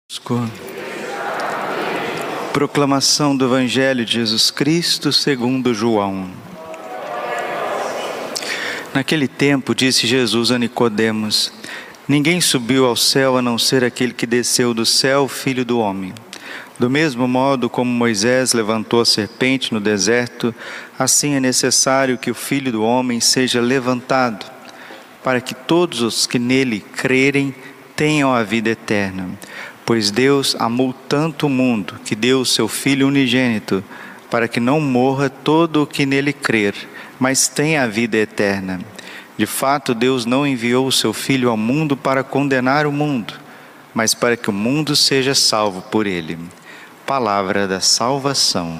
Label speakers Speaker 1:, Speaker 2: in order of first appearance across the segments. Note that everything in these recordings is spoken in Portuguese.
Speaker 1: Proclamação do Evangelho de Jesus Cristo segundo João. Naquele tempo disse Jesus a Nicodemos: Ninguém subiu ao céu a não ser aquele que desceu do céu, o Filho do Homem. Do mesmo modo como Moisés levantou a serpente no deserto, assim é necessário que o Filho do Homem seja levantado, para que todos os que nele crerem tenham a vida eterna. Pois Deus amou tanto o mundo, que deu o seu Filho unigênito, para que não morra todo o que nele crer, mas tenha a vida eterna. De fato, Deus não enviou o seu Filho ao mundo para condenar o mundo, mas para que o mundo seja salvo por ele. Palavra da salvação.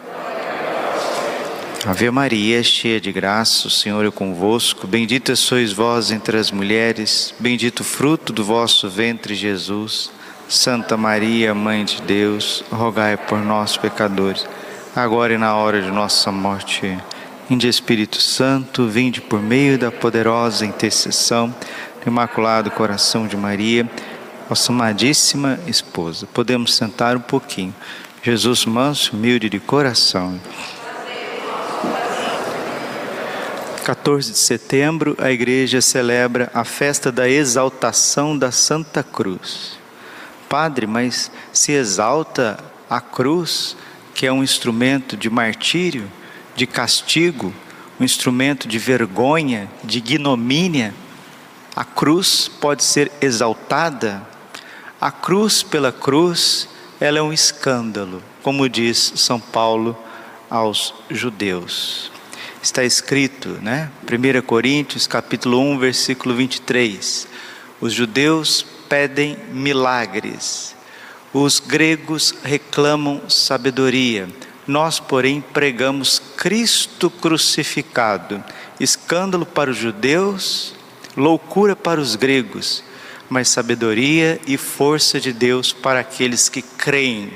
Speaker 1: Ave Maria, cheia de graça, o Senhor é convosco. Bendita sois vós entre as mulheres, bendito o fruto do vosso ventre, Jesus. Santa Maria, Mãe de Deus, rogai por nós, pecadores, agora e na hora de nossa morte. Vinde, Espírito Santo, vinde por meio da poderosa intercessão do Imaculado Coração de Maria, vossa amadíssima esposa. Podemos sentar um pouquinho. Jesus manso, humilde de coração. 14 de setembro, a igreja celebra a festa da exaltação da Santa Cruz. Padre, mas se exalta a cruz, que é um instrumento de martírio, de castigo, um instrumento de vergonha, de ignomínia. A cruz pode ser exaltada? A cruz pela cruz, ela é um escândalo, como diz São Paulo aos judeus. Está escrito, 1 Coríntios capítulo 1, versículo 23. Os judeus pedem milagres, os gregos reclamam sabedoria. Nós, porém, pregamos Cristo crucificado, escândalo para os judeus, loucura para os gregos, mas sabedoria e força de Deus para aqueles que creem.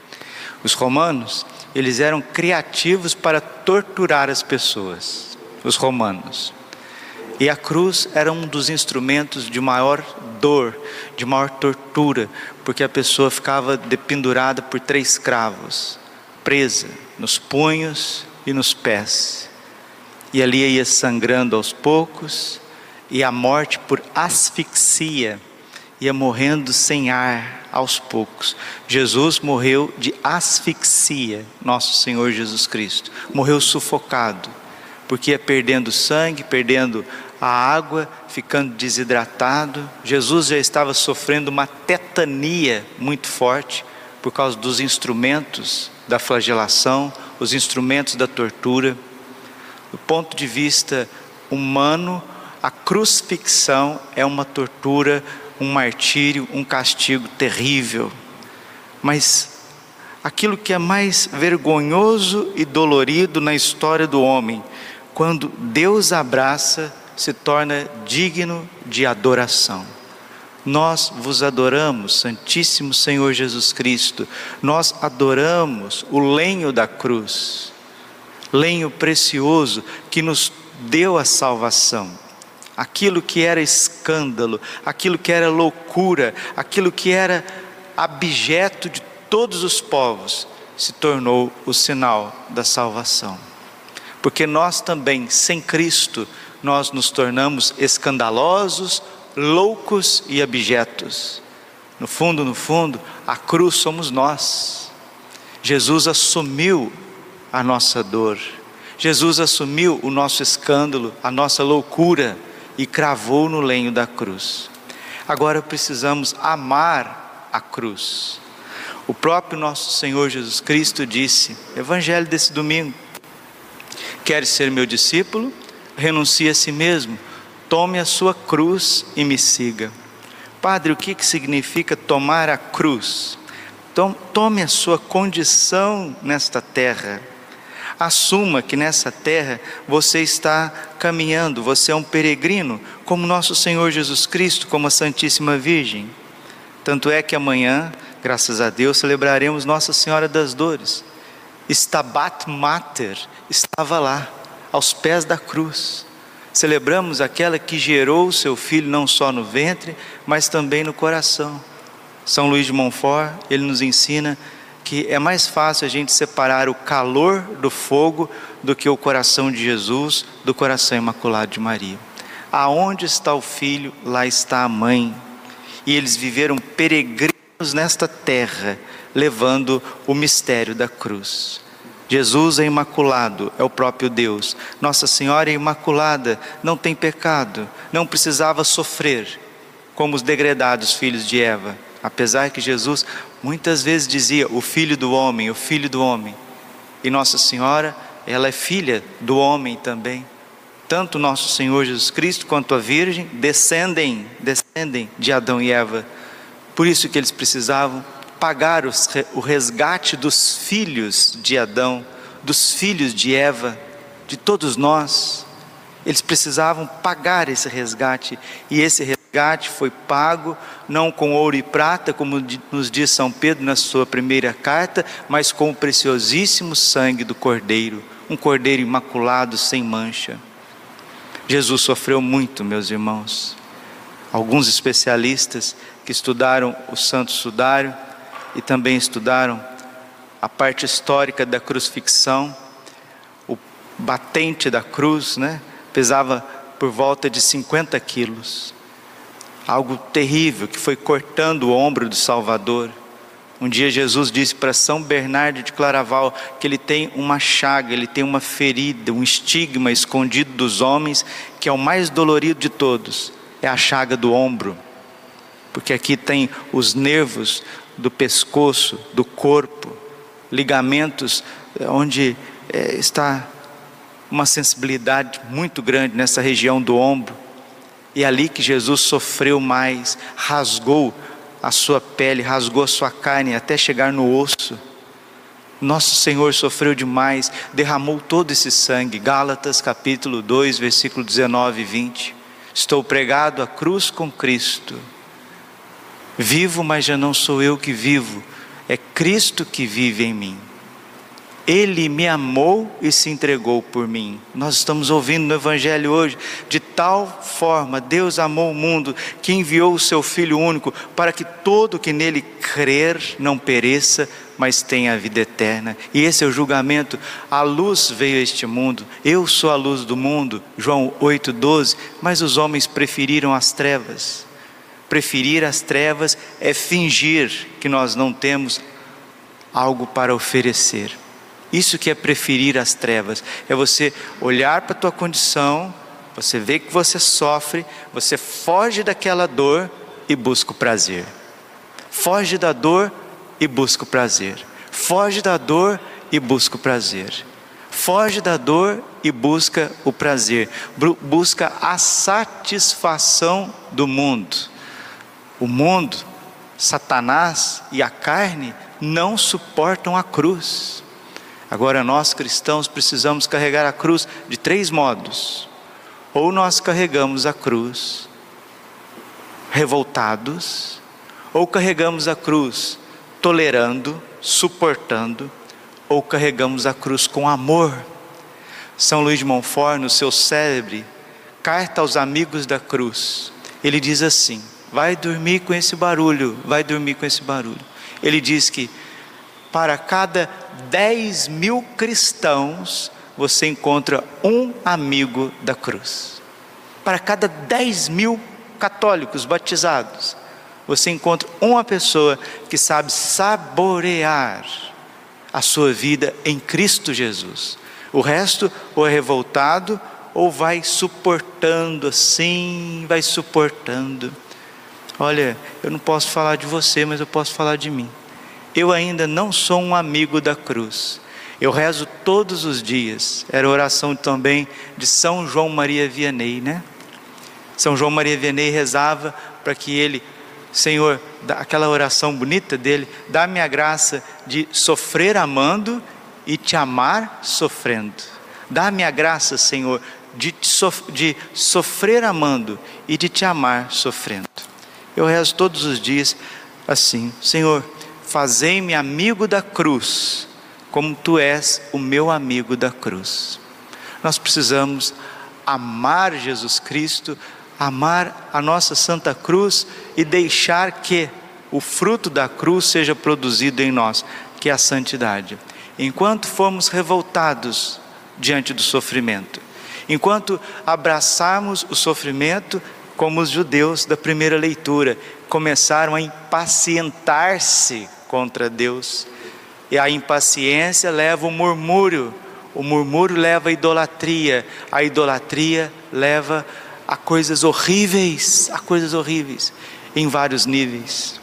Speaker 1: Os romanos, eles eram criativos para torturar as pessoas, os romanos. E a cruz era um dos instrumentos de maior dor, de maior tortura, porque a pessoa ficava dependurada por 3 cravos, presa nos punhos e nos pés. E ali ia sangrando aos poucos, e a morte por asfixia, ia morrendo sem ar aos poucos. Jesus morreu de asfixia, nosso Senhor Jesus Cristo. Morreu sufocado, porque ia perdendo sangue, perdendo a água, ficando desidratado. Jesus já estava sofrendo uma tetania muito forte, por causa dos instrumentos da flagelação, os instrumentos da tortura. Do ponto de vista humano, a crucifixão é uma tortura, um martírio, um castigo terrível. Mas aquilo que é mais vergonhoso e dolorido na história do homem, quando Deus abraça, se torna digno de adoração. Nós vos adoramos, Santíssimo Senhor Jesus Cristo. Nós adoramos o lenho da cruz, lenho precioso que nos deu a salvação. Aquilo que era escândalo, aquilo que era loucura, aquilo que era abjeto de todos os povos, se tornou o sinal da salvação. Porque nós também, sem Cristo, nós nos tornamos escandalosos, loucos e abjetos. No fundo, a cruz somos nós. Jesus assumiu a nossa dor. Jesus assumiu o nosso escândalo, a nossa loucura, e cravou no lenho da cruz. Agora precisamos amar a cruz. O próprio nosso Senhor Jesus Cristo disse, Evangelho desse domingo: queres ser meu discípulo? Renuncie a si mesmo, tome a sua cruz e me siga. Padre, o que significa tomar a cruz? Então, tome a sua condição nesta terra. Assuma que nessa terra você está caminhando, você é um peregrino, como nosso Senhor Jesus Cristo, como a Santíssima Virgem. Tanto é que amanhã, graças a Deus, celebraremos Nossa Senhora das Dores. Stabat Mater estava lá, aos pés da cruz. Celebramos aquela que gerou o seu filho não só no ventre, mas também no coração. São Luís de Montfort, ele nos ensina que é mais fácil a gente separar o calor do fogo do que o coração de Jesus do coração imaculado de Maria. Aonde está o filho, lá está a mãe. E eles viveram peregrinos nesta terra, levando o mistério da cruz. Jesus é imaculado, é o próprio Deus. Nossa Senhora é imaculada, não tem pecado, não precisava sofrer como os degredados filhos de Eva. Apesar que Jesus muitas vezes dizia, o Filho do Homem, o Filho do Homem. E Nossa Senhora, ela é filha do homem também. Tanto nosso Senhor Jesus Cristo quanto a Virgem descendem de Adão e Eva. Por isso que eles precisavam pagar o resgate dos filhos de Adão, dos filhos de Eva, de todos nós. Eles precisavam pagar esse resgate, e esse resgate foi pago não com ouro e prata, como nos diz São Pedro na sua primeira carta, mas com o preciosíssimo sangue do Cordeiro, um Cordeiro imaculado, sem mancha. Jesus sofreu muito, meus irmãos. Alguns especialistas que estudaram o Santo Sudário e também estudaram a parte histórica da crucifixão, o batente da cruz, pesava por volta de 50 quilos. Algo terrível que foi cortando o ombro do Salvador. Um dia Jesus disse para São Bernardo de Claraval que ele tem uma chaga, ele tem uma ferida, um estigma escondido dos homens, que é o mais dolorido de todos, é a chaga do ombro. Porque aqui tem os nervos do pescoço, do corpo, ligamentos onde está uma sensibilidade muito grande nessa região do ombro. E é ali que Jesus sofreu mais, rasgou a sua pele, rasgou a sua carne até chegar no osso. Nosso Senhor sofreu demais, derramou todo esse sangue. Gálatas capítulo 2, versículo 19 e 20. Estou pregado à cruz com Cristo. Vivo, mas já não sou eu que vivo, é Cristo que vive em mim. Ele me amou e se entregou por mim. Nós estamos ouvindo no Evangelho hoje, de tal forma Deus amou o mundo, que enviou o seu Filho único, para que todo que nele crer não pereça, mas tenha a vida eterna. E esse é o julgamento. A luz veio a este mundo, eu sou a luz do mundo, João 8,12, mas os homens preferiram as trevas. Preferir as trevas é fingir que nós não temos algo para oferecer. Isso que é preferir as trevas, é você olhar para a tua condição, você vê que você sofre, você foge daquela dor e busca o prazer. Foge da dor e busca o prazer. Foge da dor e busca o prazer. Foge da dor e busca o prazer. Busca a satisfação do mundo. O mundo, Satanás e a carne não suportam a cruz. Agora nós cristãos precisamos carregar a cruz de 3 modos. Ou nós carregamos a cruz revoltados, ou carregamos a cruz tolerando, suportando, ou carregamos a cruz com amor. São Luís de Montfort, no seu célebre Carta aos Amigos da Cruz, ele diz assim: vai dormir com esse barulho, vai dormir com esse barulho. Ele diz que para cada 10.000 cristãos, você encontra um amigo da cruz. Para cada 10.000 católicos batizados, você encontra uma pessoa que sabe saborear a sua vida em Cristo Jesus. O resto ou é revoltado, ou vai suportando assim, vai suportando. Olha, eu não posso falar de você, mas eu posso falar de mim. Eu ainda não sou um amigo da cruz. Eu rezo todos os dias. Era a oração também de São João Maria Vianney, São João Maria Vianney rezava para que ele, Senhor, aquela oração bonita dele, dá-me a graça de sofrer amando e te amar sofrendo. Dá-me a graça, Senhor, de sofrer amando e de te amar sofrendo. Eu rezo todos os dias assim: Senhor, fazei-me amigo da cruz, como tu és o meu amigo da cruz. Nós precisamos amar Jesus Cristo, amar a nossa Santa Cruz e deixar que o fruto da cruz seja produzido em nós, que é a santidade. Enquanto formos revoltados diante do sofrimento, enquanto abraçarmos o sofrimento, como os judeus da primeira leitura, começaram a impacientar-se contra Deus, e a impaciência leva o murmúrio leva a idolatria leva a coisas horríveis, em vários níveis.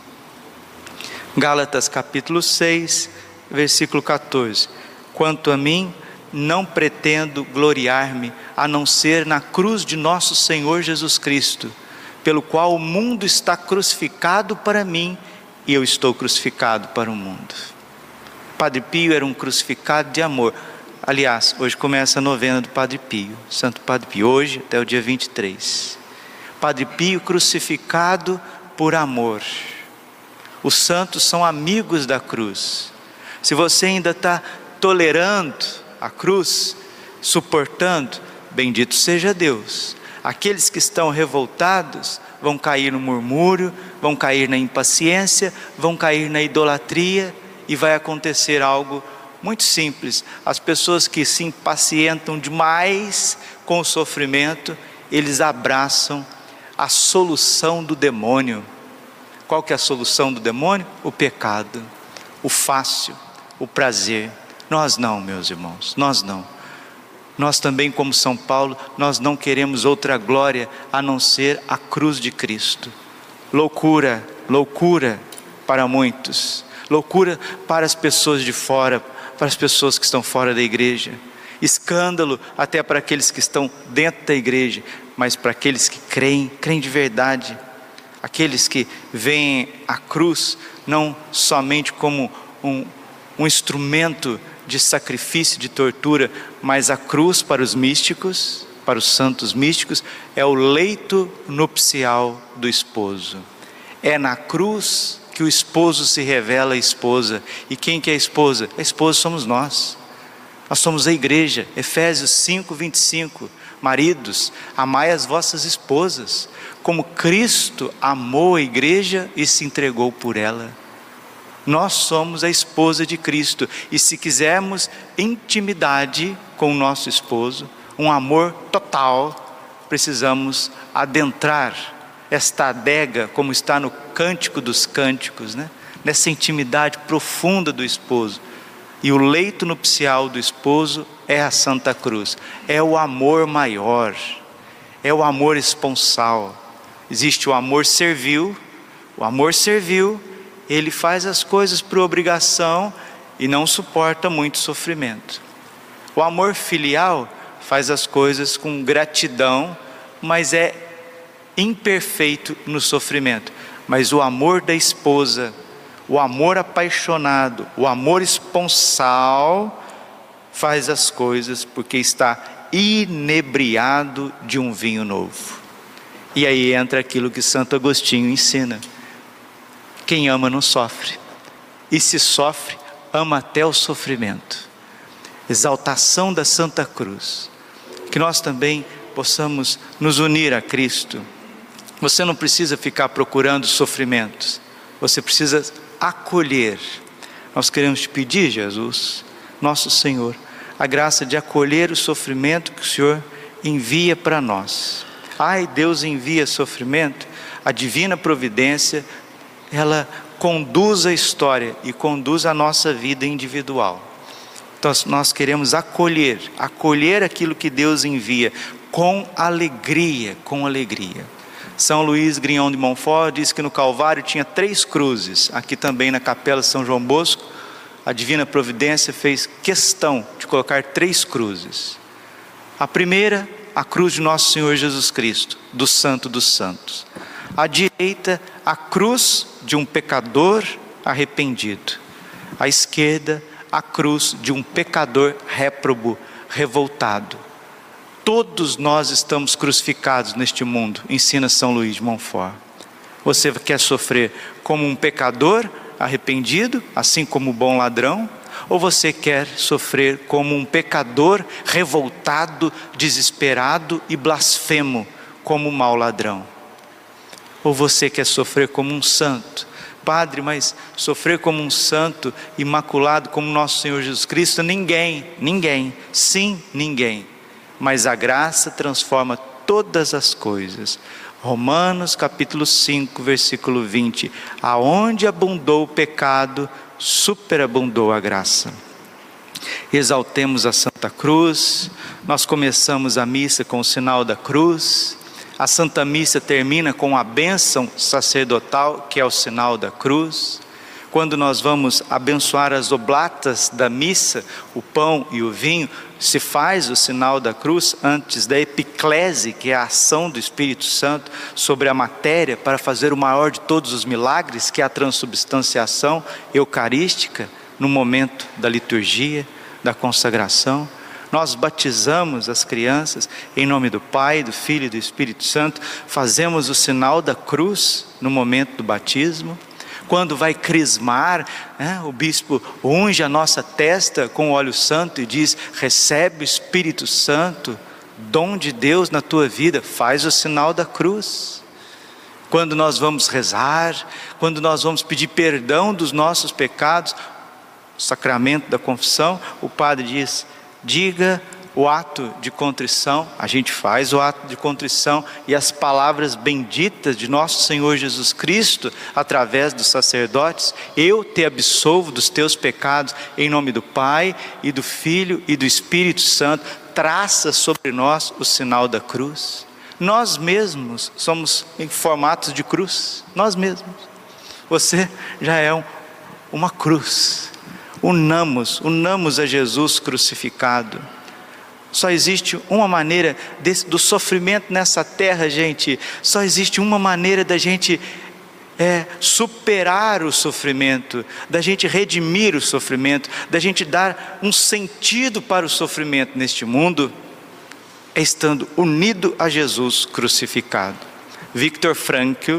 Speaker 1: Gálatas capítulo 6, versículo 14: quanto a mim, não pretendo gloriar-me, a não ser na cruz de nosso Senhor Jesus Cristo, pelo qual o mundo está crucificado para mim, e eu estou crucificado para o mundo. Padre Pio era um crucificado de amor. Aliás, hoje começa a novena do Padre Pio, Santo Padre Pio, hoje até o dia 23. Padre Pio crucificado por amor. Os santos são amigos da cruz. Se você ainda está tolerando a cruz, suportando, bendito seja Deus. Aqueles que estão revoltados vão cair no murmúrio, vão cair na impaciência, vão cair na idolatria, e vai acontecer algo muito simples. As pessoas que se impacientam demais com o sofrimento, eles abraçam a solução do demônio. Qual que é a solução do demônio? O pecado, o fácil, o prazer. Nós não, meus irmãos, nós não. Nós também, como São Paulo, nós não queremos outra glória a não ser a cruz de Cristo. Loucura para muitos, loucura para as pessoas de fora, para as pessoas que estão fora da igreja, escândalo até para aqueles que estão dentro da igreja, mas para aqueles que creem de verdade, aqueles que veem a cruz não somente como um instrumento de sacrifício, de tortura, mas a cruz para os místicos, para os santos místicos, é o leito nupcial do esposo. É na cruz que o esposo se revela a esposa. E quem que é a esposa? A esposa somos nós. Nós somos a igreja. Efésios 5, 25. Maridos, amai as vossas esposas, como Cristo amou a igreja e se entregou por ela. Nós somos a esposa de Cristo. E se quisermos intimidade com o nosso esposo, um amor total, precisamos adentrar esta adega, como está no Cântico dos Cânticos, nessa intimidade profunda do esposo. E o leito nupcial do esposo é a Santa Cruz, é o amor maior, é o amor esponsal. Existe o amor servil, ele faz as coisas por obrigação e não suporta muito sofrimento. O amor filial faz as coisas com gratidão, mas é imperfeito no sofrimento. Mas o amor da esposa, o amor apaixonado, o amor esponsal, faz as coisas porque está inebriado de um vinho novo. E aí entra aquilo que Santo Agostinho ensina: quem ama não sofre, e se sofre, ama até o sofrimento. Exaltação da Santa Cruz. Que nós também possamos nos unir a Cristo. Você não precisa ficar procurando sofrimentos, você precisa acolher. Nós queremos te pedir, Jesus, nosso Senhor, a graça de acolher o sofrimento que o Senhor envia para nós. Ai, Deus envia sofrimento, a divina providência, ela conduz a história e conduz a nossa vida individual. Então nós queremos acolher aquilo que Deus envia com alegria, São Luís Grignon de Montfort diz que no Calvário tinha 3 cruzes. Aqui também na capela São João Bosco, a divina providência fez questão de colocar 3 cruzes. A primeira, a cruz de nosso Senhor Jesus Cristo, do Santo dos Santos. À direita, a cruz de um pecador arrependido. À esquerda, a cruz de um pecador réprobo, revoltado. Todos nós estamos crucificados neste mundo, ensina São Luís de Montfort. Você quer sofrer como um pecador arrependido, assim como o bom ladrão? Ou você quer sofrer como um pecador revoltado, desesperado e blasfemo, como o mau ladrão? Ou você quer sofrer como um santo, Padre, mas sofrer como um santo imaculado como nosso Senhor Jesus Cristo, ninguém, sim, ninguém. Mas a graça transforma todas as coisas. Romanos capítulo 5, versículo 20. Aonde abundou o pecado, superabundou a graça. Exaltemos a Santa Cruz. Nós começamos a missa com o sinal da cruz. A Santa Missa termina com a bênção sacerdotal, que é o sinal da cruz. Quando nós vamos abençoar as oblatas da missa, o pão e o vinho, se faz o sinal da cruz antes da epiclese, que é a ação do Espírito Santo sobre a matéria, para fazer o maior de todos os milagres, que é a transubstanciação eucarística, no momento da liturgia, da consagração. Nós batizamos as crianças em nome do Pai, do Filho e do Espírito Santo. Fazemos o sinal da cruz no momento do batismo. Quando vai crismar, o bispo unge a nossa testa com o óleo santo e diz: recebe o Espírito Santo, dom de Deus na tua vida. Faz o sinal da cruz. Quando nós vamos rezar, quando nós vamos pedir perdão dos nossos pecados, o sacramento da confissão, o padre diz: diga o ato de contrição. A gente faz o ato de contrição e as palavras benditas de nosso Senhor Jesus Cristo, através dos sacerdotes: eu te absolvo dos teus pecados, em nome do Pai e do Filho e do Espírito Santo. Traça sobre nós o sinal da cruz. Nós mesmos somos em formatos de cruz, nós mesmos. Você já é uma cruz. Unamos a Jesus crucificado. Só existe uma maneira do sofrimento nessa terra, gente. Só existe uma maneira da gente superar o sofrimento, da gente redimir o sofrimento, da gente dar um sentido para o sofrimento neste mundo, é estando unido a Jesus crucificado. Viktor Frankl,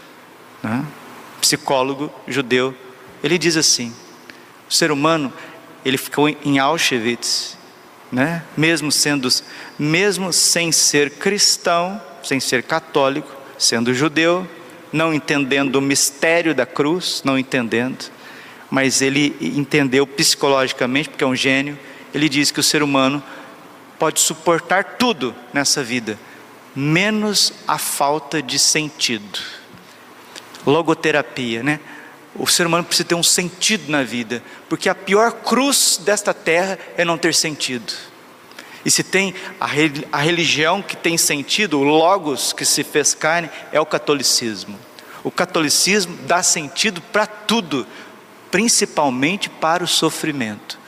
Speaker 1: psicólogo judeu, ele diz assim: o ser humano, ele ficou em Auschwitz, mesmo sem ser cristão, sem ser católico, sendo judeu, não entendendo o mistério da cruz, mas ele entendeu psicologicamente, porque é um gênio. Ele diz que o ser humano pode suportar tudo nessa vida, menos a falta de sentido. Logoterapia, O ser humano precisa ter um sentido na vida, porque a pior cruz desta terra é não ter sentido. E se tem a religião que tem sentido, o Logos que se fez carne, é o catolicismo. O catolicismo dá sentido para tudo, principalmente para o sofrimento.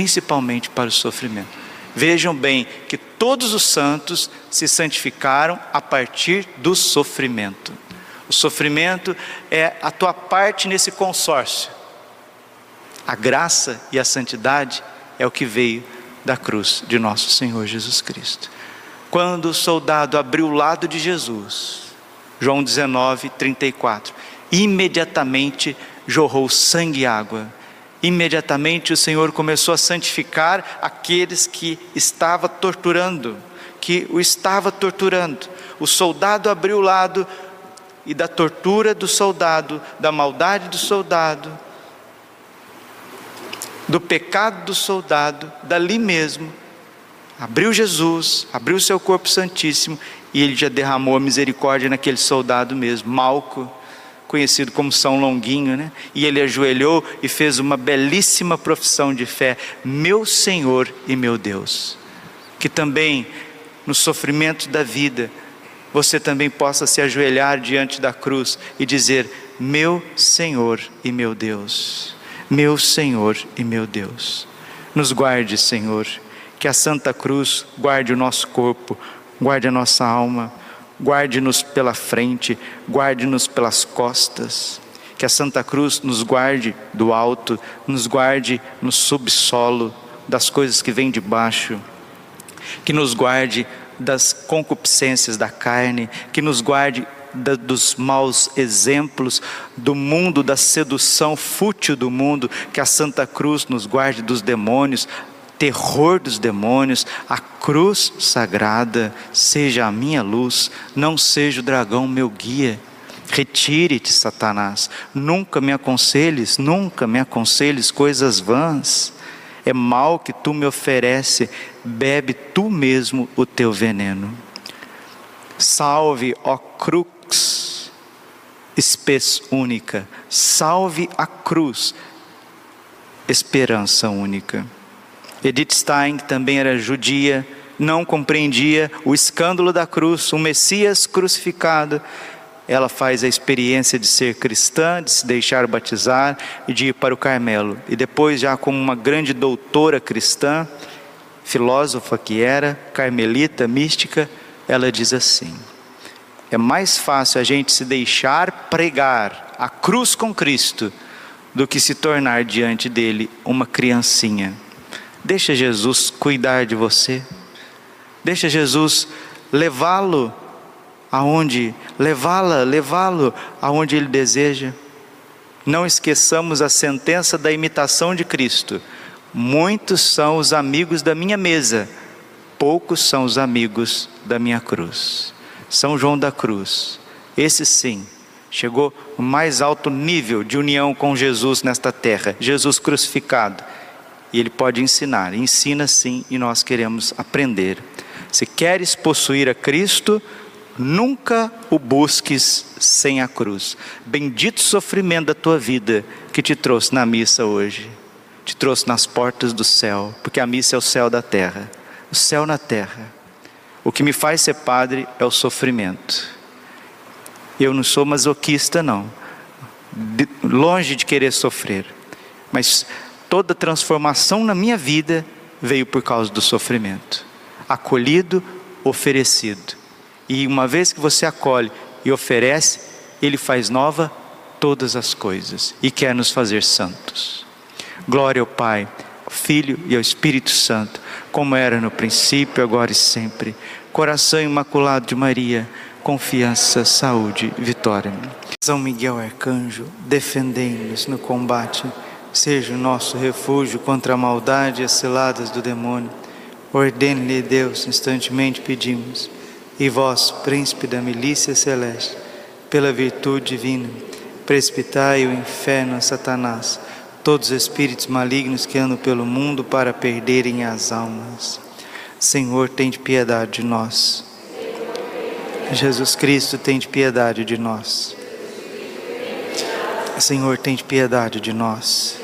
Speaker 1: Vejam bem que todos os santos se santificaram a partir do sofrimento. O sofrimento é a tua parte nesse consórcio. A graça e a santidade é o que veio da cruz de nosso Senhor Jesus Cristo. Quando o soldado abriu o lado de Jesus, João 19, 34, imediatamente jorrou sangue e água. Imediatamente o Senhor começou a santificar aqueles que estava torturando, O soldado abriu o lado, e da tortura do soldado, da maldade do soldado, do pecado do soldado, dali mesmo, abriu Jesus, abriu o seu corpo santíssimo, e ele já derramou a misericórdia naquele soldado mesmo, Malco, conhecido como São Longuinho, E ele ajoelhou e fez uma belíssima profissão de fé: meu Senhor e meu Deus. Que também no sofrimento da vida você também possa se ajoelhar diante da cruz e dizer: meu Senhor e meu Deus, meu Senhor e meu Deus. Nos guarde, Senhor, que a Santa Cruz guarde o nosso corpo, guarde a nossa alma, guarde-nos pela frente, guarde-nos pelas costas. Que a Santa Cruz nos guarde do alto, nos guarde no subsolo, das coisas que vêm de baixo, que nos guarde das concupiscências da carne, que nos guarde dos maus exemplos do mundo, da sedução fútil do mundo. Que a Santa Cruz nos guarde dos demônios, terror dos demônios. A cruz sagrada seja a minha luz, não seja o dragão meu guia. Retire-te, Satanás, nunca me aconselhes coisas vãs. É mal que tu me oferece, bebe tu mesmo o teu veneno. Salve, ó crux, spes única, salve a cruz, esperança única. Edith Stein, que também era judia, não compreendia o escândalo da cruz, o Messias crucificado. Ela faz a experiência de ser cristã, de se deixar batizar e de ir para o Carmelo. E depois, já como uma grande doutora cristã, filósofa que era, carmelita, mística, ela diz assim: é mais fácil a gente se deixar pregar a cruz com Cristo do que se tornar diante dele uma criancinha. Deixa Jesus cuidar de você. Deixa Jesus levá-lo aonde Ele deseja. Não esqueçamos a sentença da imitação de Cristo: muitos são os amigos da minha mesa, poucos são os amigos da minha cruz. São João da Cruz, esse sim, chegou no mais alto nível de união com Jesus nesta terra, Jesus crucificado. E ele pode ensinar, ensina sim, e nós queremos aprender. Se queres possuir a Cristo, nunca o busques sem a cruz. Bendito sofrimento da tua vida que te trouxe na missa hoje, te trouxe nas portas do céu, porque a missa é o céu da terra, o céu na terra. O que me faz ser padre é o sofrimento. Eu não sou masoquista não, longe de querer sofrer, mas toda transformação na minha vida veio por causa do sofrimento. Acolhido, oferecido. E uma vez que você acolhe e oferece, Ele faz nova todas as coisas e quer nos fazer santos. Glória ao Pai, ao Filho e ao Espírito Santo, como era no princípio, agora e sempre. Coração imaculado de Maria, confiança, saúde, vitória. São Miguel Arcanjo, defendei-nos no combate. Seja o nosso refúgio contra a maldade e as ciladas do demônio. Ordene-lhe Deus, instantemente pedimos. E vós, príncipe da milícia celeste, pela virtude divina, precipitai o inferno a Satanás, todos os espíritos malignos que andam pelo mundo para perderem as almas. Senhor, tende piedade de nós. Jesus Cristo, tende piedade de nós. Senhor, tende piedade de nós.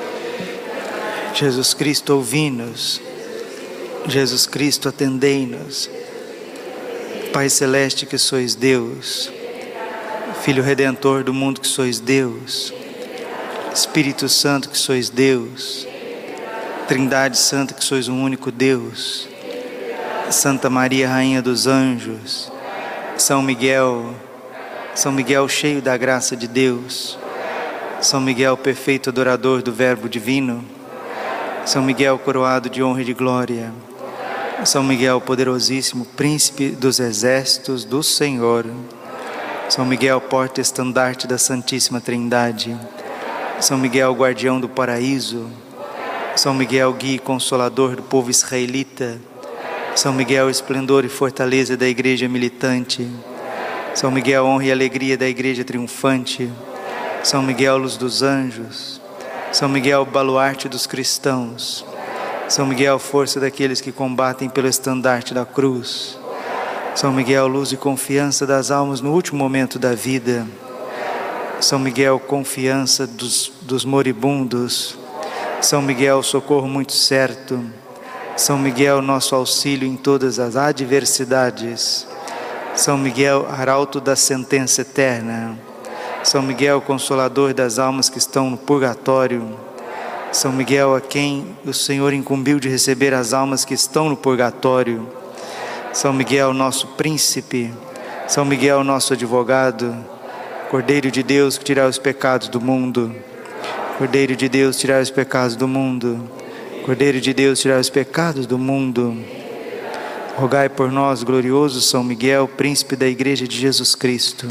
Speaker 1: Jesus Cristo, ouvi-nos. Jesus Cristo, atendei-nos. Pai Celeste, que sois Deus, Filho Redentor do mundo, que sois Deus, Espírito Santo, que sois Deus, Trindade Santa, que sois um único Deus, Santa Maria, Rainha dos Anjos, São Miguel cheio da graça de Deus, São Miguel perfeito adorador do Verbo Divino, São Miguel coroado de honra e de glória, São Miguel poderosíssimo, príncipe dos exércitos do Senhor, São Miguel porta-estandarte da Santíssima Trindade, São Miguel guardião do paraíso, São Miguel guia e consolador do povo israelita, São Miguel esplendor e fortaleza da igreja militante, São Miguel honra e alegria da igreja triunfante, São Miguel luz dos anjos, São Miguel baluarte dos cristãos, São Miguel, força daqueles que combatem pelo estandarte da cruz. São Miguel, luz e confiança das almas no último momento da vida. São Miguel, confiança dos moribundos. São Miguel, socorro muito certo. São Miguel, nosso auxílio em todas as adversidades. São Miguel, arauto da sentença eterna. São Miguel, consolador das almas que estão no purgatório. São Miguel, a quem o Senhor incumbiu de receber as almas que estão no purgatório. São Miguel, nosso príncipe. São Miguel, nosso advogado. Cordeiro de Deus, que tirai os pecados do mundo. Cordeiro de Deus, tirai os pecados do mundo. Cordeiro de Deus, tirai os pecados do mundo. Rogai por nós, glorioso São Miguel, príncipe da Igreja de Jesus Cristo.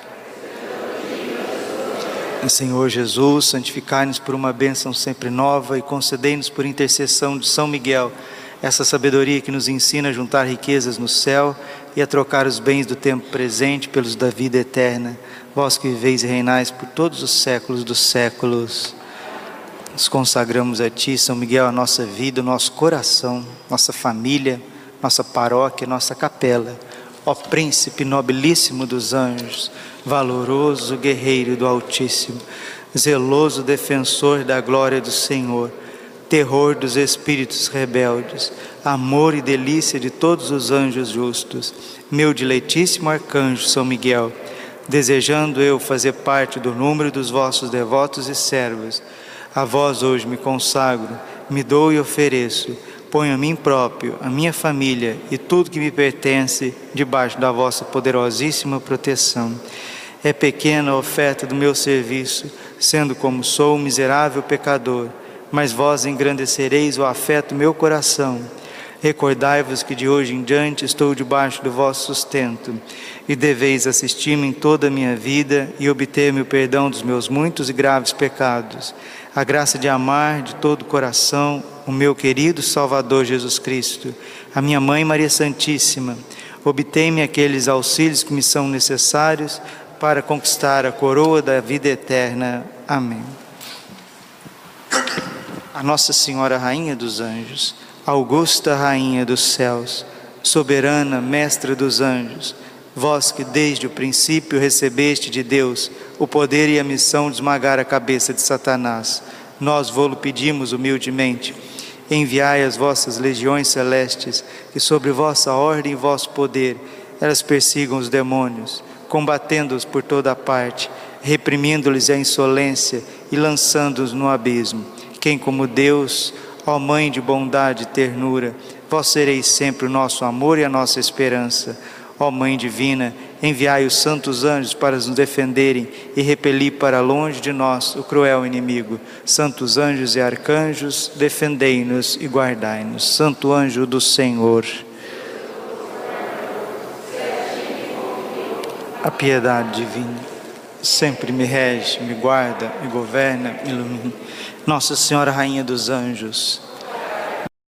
Speaker 1: Senhor Jesus, santificai-nos por uma bênção sempre nova e concedei-nos por intercessão de São Miguel essa sabedoria que nos ensina a juntar riquezas no céu e a trocar os bens do tempo presente pelos da vida eterna. Vós que viveis e reinais por todos os séculos dos séculos. Nos consagramos a Ti, São Miguel, a nossa vida, o nosso coração, nossa família, nossa paróquia, nossa capela. Ó Príncipe nobilíssimo dos anjos, valoroso guerreiro do Altíssimo, zeloso defensor da glória do Senhor, terror dos espíritos rebeldes, amor e delícia de todos os anjos justos, meu diletíssimo arcanjo São Miguel, desejando eu fazer parte do número dos vossos devotos e servos, a vós hoje me consagro, me dou e ofereço, ponho a mim próprio, a minha família e tudo que me pertence debaixo da vossa poderosíssima proteção. É pequena a oferta do meu serviço, sendo como sou um miserável pecador, mas vós engrandecereis o afeto do meu coração. Recordai-vos que de hoje em diante estou debaixo do vosso sustento, e deveis assistir-me em toda a minha vida e obter-me o perdão dos meus muitos e graves pecados, a graça de amar de todo o coração o meu querido Salvador Jesus Cristo, a minha Mãe Maria Santíssima. Obtei-me aqueles auxílios que me são necessários para conquistar a coroa da vida eterna. Amém. A Nossa Senhora Rainha dos Anjos, augusta Rainha dos céus, soberana Mestra dos anjos, vós que desde o princípio recebeste de Deus o poder e a missão de esmagar a cabeça de Satanás, nós vô-lo pedimos humildemente. Enviai as vossas legiões celestes, que sobre vossa ordem e vosso poder elas persigam os demônios, combatendo-os por toda parte, reprimindo-lhes a insolência e lançando-os no abismo. Quem como Deus, ó Mãe de bondade e ternura, vós sereis sempre o nosso amor e a nossa esperança. Ó Mãe divina, enviai os santos anjos para nos defenderem e repelir para longe de nós o cruel inimigo. Santos anjos e arcanjos, defendei-nos e guardai-nos. Santo anjo do Senhor, a piedade divina sempre me rege, me guarda, me governa, me ilumina. Nossa Senhora Rainha dos Anjos,